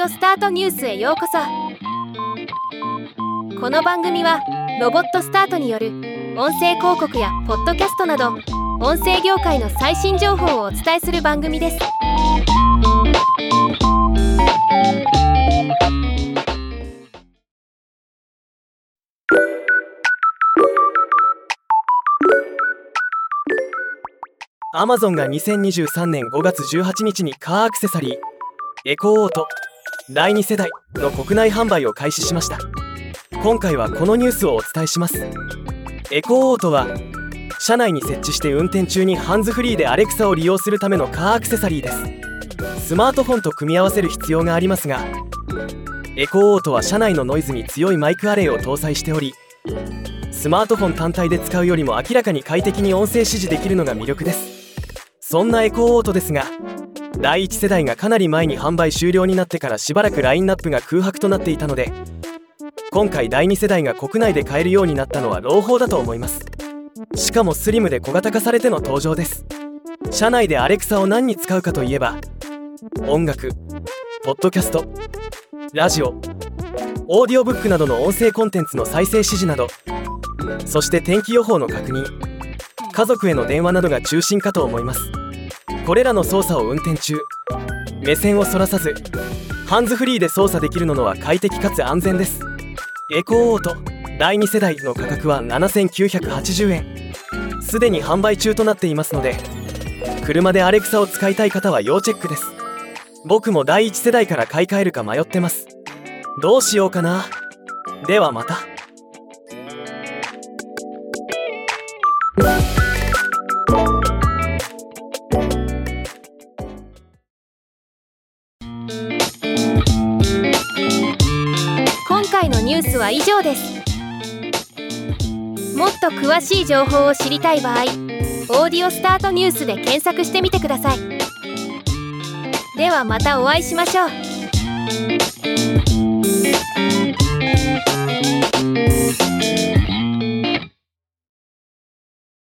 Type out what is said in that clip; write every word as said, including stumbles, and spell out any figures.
オスタートニュースへようこそ。この番組はロボットスタートによる音声広告やポッドキャストなど音声業界の最新情報をお伝えする番組です。 アマゾンがにせんにじゅうさんねんごがつじゅうはちにちにカーアクセサリーエコーオートだいに世代の国内販売を開始しました。今回はこのニュースをお伝えします。エコーオートは車内に設置して運転中にハンズフリーでアレクサを利用するためのカーアクセサリーです。スマートフォンと組み合わせる必要がありますが、エコーオートは車内のノイズに強いマイクアレイを搭載しており、スマートフォン単体で使うよりも明らかに快適に音声指示できるのが魅力です。そんなエコーオートですが、だいいち世代がかなり前に販売終了になってからしばらくラインナップが空白となっていたので、今回だいに世代が国内で買えるようになったのは朗報だと思います。しかもスリムで小型化されての登場です。車内でアレクサを何に使うかといえば、音楽、ポッドキャスト、ラジオ、オーディオブックなどの音声コンテンツの再生指示など、そして天気予報の確認、家族への電話などが中心かと思います。これらの操作を運転中、目線をそらさずハンズフリーで操作できるのは快適かつ安全です。エコーオートだいに世代の価格はななせんきゅうひゃくはちじゅうえん、すでに販売中となっていますので、車でアレクサを使いたい方は要チェックです。僕もだいいち世代から買い替えるか迷ってます。どうしようかな。ではまた。 今回のニュースは以上です。もっと詳しい情報を知りたい場合、オーディオスタートニュースで検索してみてください。ではまたお会いしましょう。